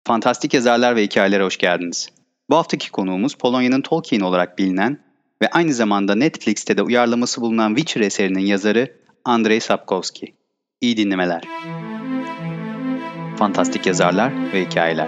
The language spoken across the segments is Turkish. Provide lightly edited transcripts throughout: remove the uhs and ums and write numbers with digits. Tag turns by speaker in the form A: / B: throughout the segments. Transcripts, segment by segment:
A: Fantastik yazarlar ve hikayelere hoş geldiniz. Bu haftaki konuğumuz Polonya'nın Tolkien olarak bilinen ve aynı zamanda Netflix'te de uyarlaması bulunan Witcher eserinin yazarı Andrzej Sapkowski. İyi dinlemeler. Fantastik yazarlar ve hikayeler.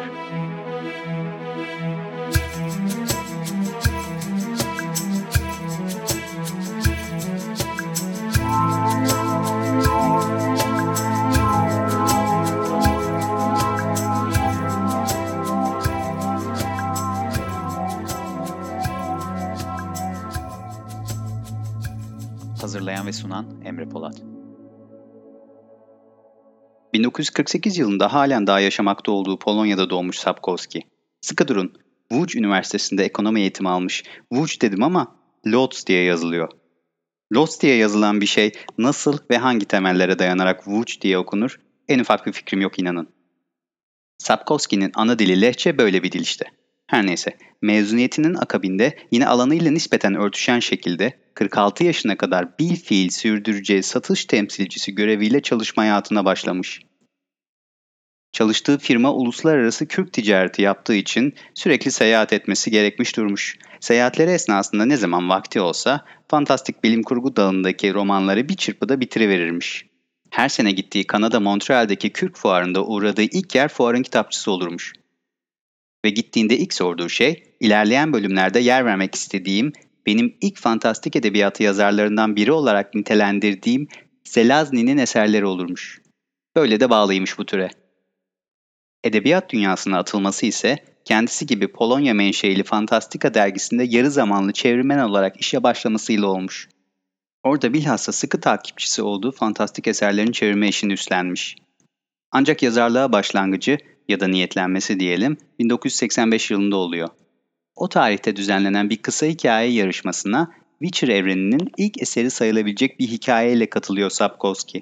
A: Hazırlayan ve sunan Emre Polat. 1948 yılında halen daha yaşamakta olduğu Polonya'da doğmuş Sapkowski. Sıkı durun, Łódź Üniversitesi'nde ekonomi eğitimi almış. Łódź dedim ama Lodz diye yazılıyor. Lodz diye yazılan bir şey nasıl ve hangi temellere dayanarak Łódź diye okunur? En ufak bir fikrim yok inanın. Sapkowski'nin ana dili Lehçe böyle bir dil işte. Her neyse, mezuniyetinin akabinde yine alanıyla nispeten örtüşen şekilde 46 yaşına kadar bilfiil sürdüreceği satış temsilcisi göreviyle çalışma hayatına başlamış. Çalıştığı firma uluslararası kürk ticareti yaptığı için sürekli seyahat etmesi gerekmiş durmuş. Seyahatleri esnasında ne zaman vakti olsa fantastik bilim kurgu dalındaki romanları bir çırpıda bitiriverirmiş. Her sene gittiği Kanada Montreal'deki kürk fuarında uğradığı ilk yer fuarın kitapçısı olurmuş. Ve gittiğinde ilk sorduğu şey, ilerleyen bölümlerde yer vermek istediğim, benim ilk fantastik edebiyatı yazarlarından biri olarak nitelendirdiğim Zelazny'nin eserleri olurmuş. Böyle de bağlıymış bu türe. Edebiyat dünyasına atılması ise kendisi gibi Polonya menşeili Fantastika dergisinde yarı zamanlı çevirmen olarak işe başlamasıyla olmuş. Orada bilhassa sıkı takipçisi olduğu fantastik eserlerin çevirme işini üstlenmiş. Ancak yazarlığa başlangıcı ya da niyetlenmesi diyelim 1985 yılında oluyor. O tarihte düzenlenen bir kısa hikaye yarışmasına Witcher evreninin ilk eseri sayılabilecek bir hikayeyle katılıyor Sapkowski.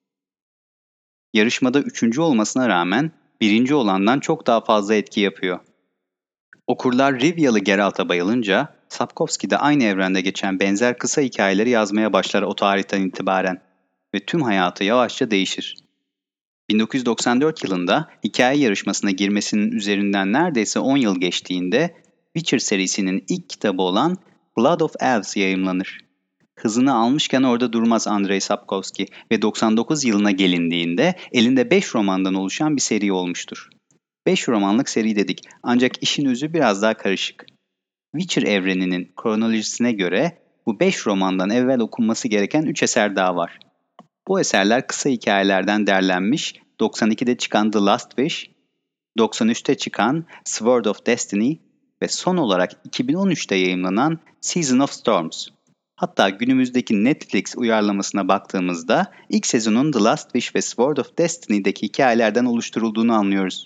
A: Yarışmada 3. olmasına rağmen 1. olandan çok daha fazla etki yapıyor. Okurlar Rivialı Geralt'a bayılınca Sapkowski de aynı evrende geçen benzer kısa hikayeleri yazmaya başlar o tarihten itibaren ve tüm hayatı yavaşça değişir. 1994 yılında hikaye yarışmasına girmesinin üzerinden neredeyse 10 yıl geçtiğinde Witcher serisinin ilk kitabı olan Blood of Elves yayımlanır. Hızını almışken orada durmaz Andrzej Sapkowski ve 99 yılına gelindiğinde elinde 5 romandan oluşan bir seri olmuştur. 5 romanlık seri dedik ancak işin özü biraz daha karışık. Witcher evreninin kronolojisine göre bu 5 romandan evvel okunması gereken 3 eser daha var. Bu eserler kısa hikayelerden derlenmiş 92'de çıkan The Last Wish, 93'te çıkan Sword of Destiny ve son olarak 2013'te yayımlanan Season of Storms. Hatta günümüzdeki Netflix uyarlamasına baktığımızda ilk sezonun The Last Wish ve Sword of Destiny'deki hikayelerden oluşturulduğunu anlıyoruz.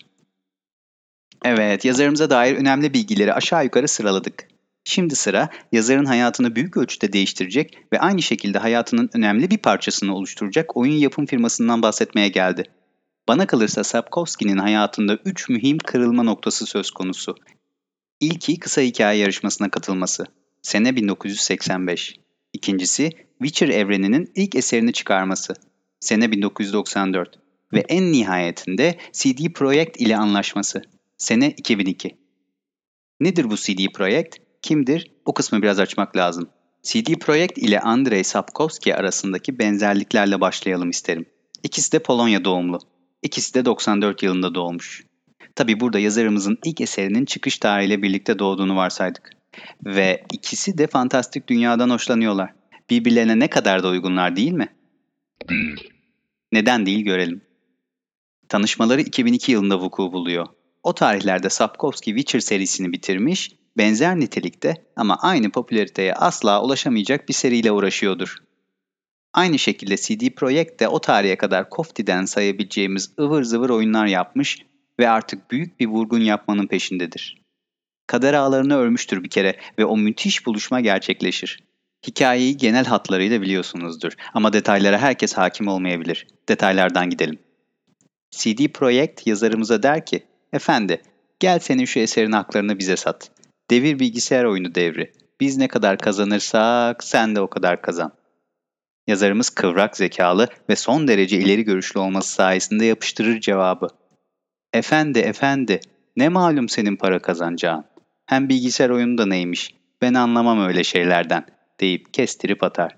A: Evet, yazarımıza dair önemli bilgileri aşağı yukarı sıraladık. Şimdi sıra yazarın hayatını büyük ölçüde değiştirecek ve aynı şekilde hayatının önemli bir parçasını oluşturacak oyun yapım firmasından bahsetmeye geldi. Bana kalırsa Sapkowski'nin hayatında 3 mühim kırılma noktası söz konusu. İlki kısa hikaye yarışmasına katılması. Sene 1985. İkincisi Witcher evreninin ilk eserini çıkarması. Sene 1994. Ve en nihayetinde CD Projekt ile anlaşması. Sene 2002. Nedir bu CD Projekt? Kimdir? O kısmı biraz açmak lazım. CD Projekt ile Andrzej Sapkowski arasındaki benzerliklerle başlayalım isterim. İkisi de Polonya doğumlu. İkisi de 94 yılında doğmuş. Tabi burada yazarımızın ilk eserinin çıkış tarihiyle birlikte doğduğunu varsaydık. Ve ikisi de fantastik dünyadan hoşlanıyorlar. Birbirlerine ne kadar da uygunlar değil mi?
B: Değil.
A: Neden değil görelim. Tanışmaları 2002 yılında vuku buluyor. O tarihlerde Sapkowski Witcher serisini bitirmiş, benzer nitelikte ama aynı popülariteye asla ulaşamayacak bir seriyle uğraşıyordur. Aynı şekilde CD Projekt de o tarihe kadar Kofti'den sayabileceğimiz ıvır zıvır oyunlar yapmış ve artık büyük bir vurgun yapmanın peşindedir. Kader ağlarını örmüştür bir kere ve o müthiş buluşma gerçekleşir. Hikayeyi genel hatlarıyla biliyorsunuzdur ama detaylara herkes hakim olmayabilir. Detaylardan gidelim. CD Projekt yazarımıza der ki, "Efendi, gel senin şu eserin haklarını bize sat. Devir bilgisayar oyunu devri. Biz ne kadar kazanırsak sen de o kadar kazan." Yazarımız kıvrak zekalı ve son derece ileri görüşlü olması sayesinde yapıştırır cevabı. "Efendi, Ne malum senin para kazanacağın. Hem bilgisayar oyunu da neymiş, ben anlamam öyle şeylerden deyip kestirip atar.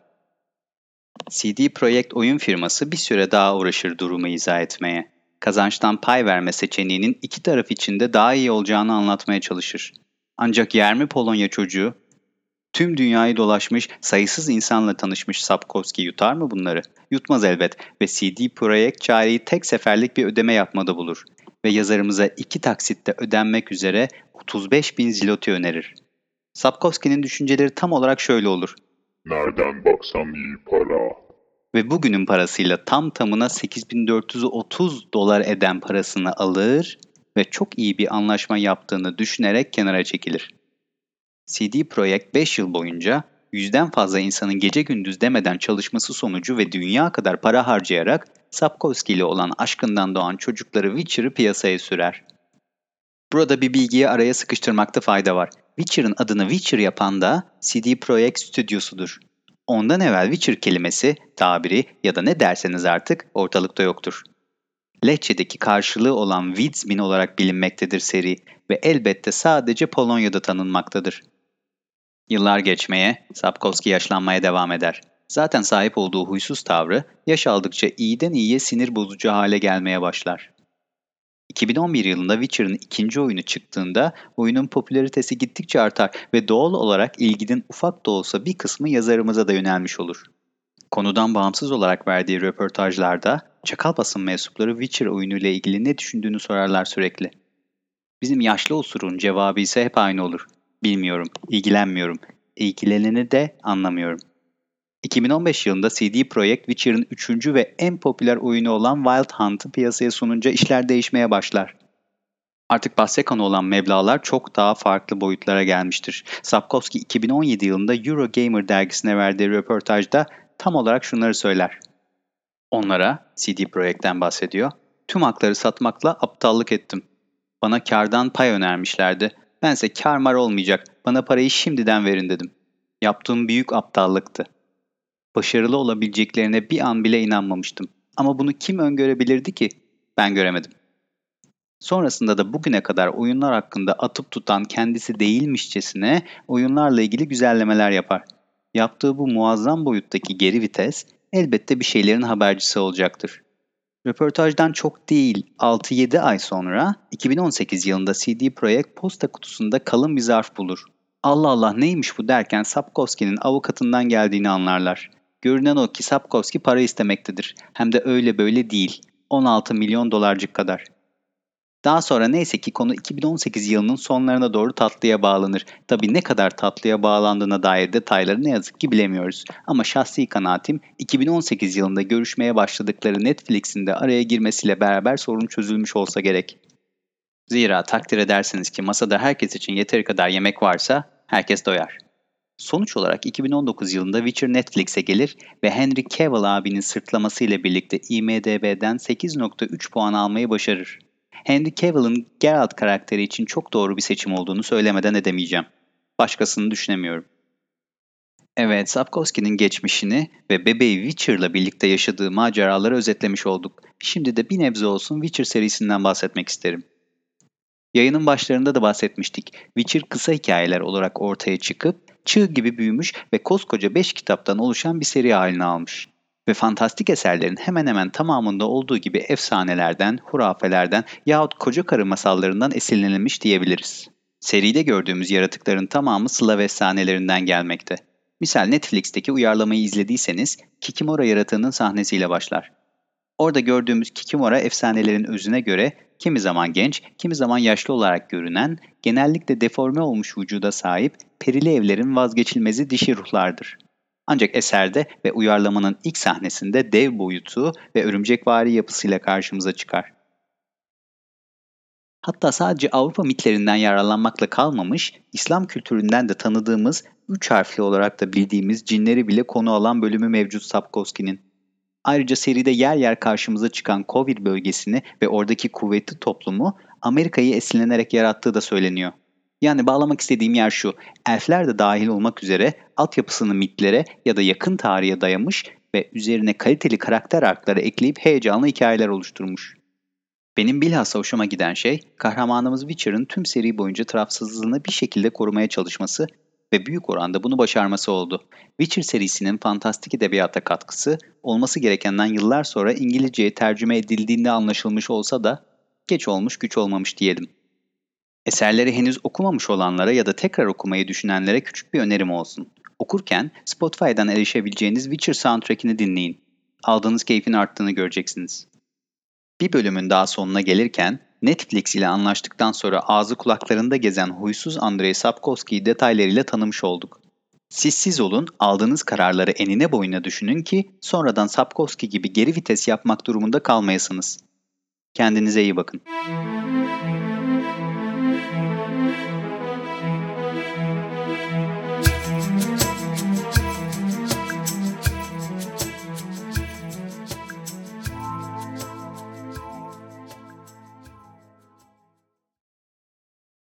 A: CD Projekt oyun firması bir süre daha uğraşır durumu izah etmeye. Kazançtan pay verme seçeneğinin iki taraf için de daha iyi olacağını anlatmaya çalışır. Ancak yer mi Polonya çocuğu? Tüm dünyayı dolaşmış, sayısız insanla tanışmış Sapkowski yutar mı bunları? Yutmaz elbet ve CD Projekt çareyi tek seferlik bir ödeme yapmada bulur. Ve yazarımıza 2 taksitte ödenmek üzere 35.000 zloty önerir. Sapkowski'nin düşünceleri tam olarak şöyle olur.
B: Nereden baksam iyi para.
A: Ve bugünün parasıyla tam tamına 8.430 dolar eden parasını alır ve çok iyi bir anlaşma yaptığını düşünerek kenara çekilir. CD Projekt 5 yıl boyunca 100'den fazla insanın gece gündüz demeden çalışması sonucu ve dünya kadar para harcayarak Sapkowski ile olan aşkından doğan çocukları Witcher'ı piyasaya sürer. Burada bir bilgiyi araya sıkıştırmakta fayda var. Witcher'ın adını Witcher yapan da CD Projekt stüdyosudur. Ondan evvel Witcher kelimesi, tabiri ya da ne derseniz artık ortalıkta yoktur. Lehçedeki karşılığı olan Wiedźmin olarak bilinmektedir seri ve elbette sadece Polonya'da tanınmaktadır. Yıllar geçmeye, Sapkowski yaşlanmaya devam eder. Zaten sahip olduğu huysuz tavrı yaş aldıkça iyiden iyiye sinir bozucu hale gelmeye başlar. 2011 yılında Witcher'ın ikinci oyunu çıktığında oyunun popülaritesi gittikçe artar ve doğal olarak ilginin ufak da olsa bir kısmı yazarımıza da yönelmiş olur. Konudan bağımsız olarak verdiği röportajlarda çakal basın mensupları Witcher oyunuyla ilgili ne düşündüğünü sorarlar sürekli. Bizim yaşlı osurun cevabı ise hep aynı olur. Bilmiyorum, ilgilenmiyorum. İlgileneni de anlamıyorum. 2015 yılında CD Projekt Witcher'ın 3. ve en popüler oyunu olan Wild Hunt'ı piyasaya sununca işler değişmeye başlar. Artık bahse konu olan meblağlar çok daha farklı boyutlara gelmiştir. Sapkowski 2017 yılında Eurogamer dergisine verdiği röportajda tam olarak şunları söyler. Onlara, CD Projekt'ten bahsediyor, tüm hakları satmakla aptallık ettim. Bana kârdan pay önermişlerdi. Bense kâr mar olmayacak, bana parayı şimdiden verin dedim. Yaptığım büyük aptallıktı. Başarılı olabileceklerine bir an bile inanmamıştım. Ama bunu kim öngörebilirdi ki? Ben göremedim. Sonrasında da bugüne kadar oyunlar hakkında atıp tutan kendisi değilmişçesine oyunlarla ilgili güzellemeler yapar. Yaptığı bu muazzam boyuttaki geri vites elbette bir şeylerin habercisi olacaktır. Röportajdan çok değil 6-7 ay sonra 2018 yılında CD Projekt posta kutusunda kalın bir zarf bulur. Allah Allah neymiş bu derken Sapkowski'nin avukatından geldiğini anlarlar. Görünen o ki Sapkowski para istemektedir. Hem de öyle böyle değil. 16 milyon dolarcık kadar. Daha sonra neyse ki konu 2018 yılının sonlarına doğru tatlıya bağlanır. Tabii ne kadar tatlıya bağlandığına dair detayları ne yazık ki bilemiyoruz. Ama şahsi kanaatim 2018 yılında görüşmeye başladıkları Netflix'in de araya girmesiyle beraber sorun çözülmüş olsa gerek. Zira takdir edersiniz ki masada herkes için yeteri kadar yemek varsa herkes doyar. Sonuç olarak 2019 yılında Witcher Netflix'e gelir ve Henry Cavill abinin sırtlaması ile birlikte IMDb'den 8.3 puan almayı başarır. Henry Cavill'ın Geralt karakteri için çok doğru bir seçim olduğunu söylemeden edemeyeceğim. Başkasını düşünemiyorum. Evet, Sapkowski'nin geçmişini ve bebeği Witcher'la birlikte yaşadığı maceraları özetlemiş olduk. Şimdi de bir nebze olsun Witcher serisinden bahsetmek isterim. Yayının başlarında da bahsetmiştik. Witcher kısa hikayeler olarak ortaya çıkıp çığ gibi büyümüş ve koskoca 5 kitaptan oluşan bir seri haline almış. Ve fantastik eserlerin hemen hemen tamamında olduğu gibi efsanelerden, hurafelerden yahut koca karı masallarından esinlenilmiş diyebiliriz. Seride gördüğümüz yaratıkların tamamı Slav efsanelerinden gelmekte. Misal Netflix'teki uyarlamayı izlediyseniz Kikimora yaratığının sahnesiyle başlar. Orada gördüğümüz Kikimora efsanelerin özüne göre kimi zaman genç, kimi zaman yaşlı olarak görünen, genellikle deforme olmuş vücuda sahip perili evlerin vazgeçilmezi dişi ruhlardır. Ancak eserde ve uyarlamanın ilk sahnesinde dev boyutu ve örümcekvari yapısıyla karşımıza çıkar. Hatta sadece Avrupa mitlerinden yararlanmakla kalmamış, İslam kültüründen de tanıdığımız, 3 harfli olarak da bildiğimiz cinleri bile konu alan bölümü mevcut Sapkowski'nin. Ayrıca seride yer yer karşımıza çıkan Kovir bölgesini ve oradaki kuvvetli toplumu Amerika'yı esinlenerek yarattığı da söyleniyor. Yani bağlamak istediğim yer şu, elfler de dahil olmak üzere altyapısını mitlere ya da yakın tarihe dayamış ve üzerine kaliteli karakter arkları ekleyip heyecanlı hikayeler oluşturmuş. Benim bilhassa hoşuma giden şey, kahramanımız Witcher'ın tüm seri boyunca tarafsızlığını bir şekilde korumaya çalışması ve büyük oranda bunu başarması oldu. Witcher serisinin fantastik edebiyata katkısı, olması gerekenden yıllar sonra İngilizceye tercüme edildiğinde anlaşılmış olsa da, geç olmuş güç olmamış diyelim. Eserleri henüz okumamış olanlara ya da tekrar okumayı düşünenlere küçük bir önerim olsun. Okurken Spotify'dan erişebileceğiniz Witcher soundtrack'ini dinleyin. Aldığınız keyfin arttığını göreceksiniz. Bir bölümün daha sonuna gelirken Netflix ile anlaştıktan sonra ağzı kulaklarında gezen huysuz Andrei Sapkowski'yi detaylarıyla tanımış olduk. Siz olun, aldığınız kararları enine boyuna düşünün ki sonradan Sapkowski gibi geri vites yapmak durumunda kalmayasınız. Kendinize iyi bakın.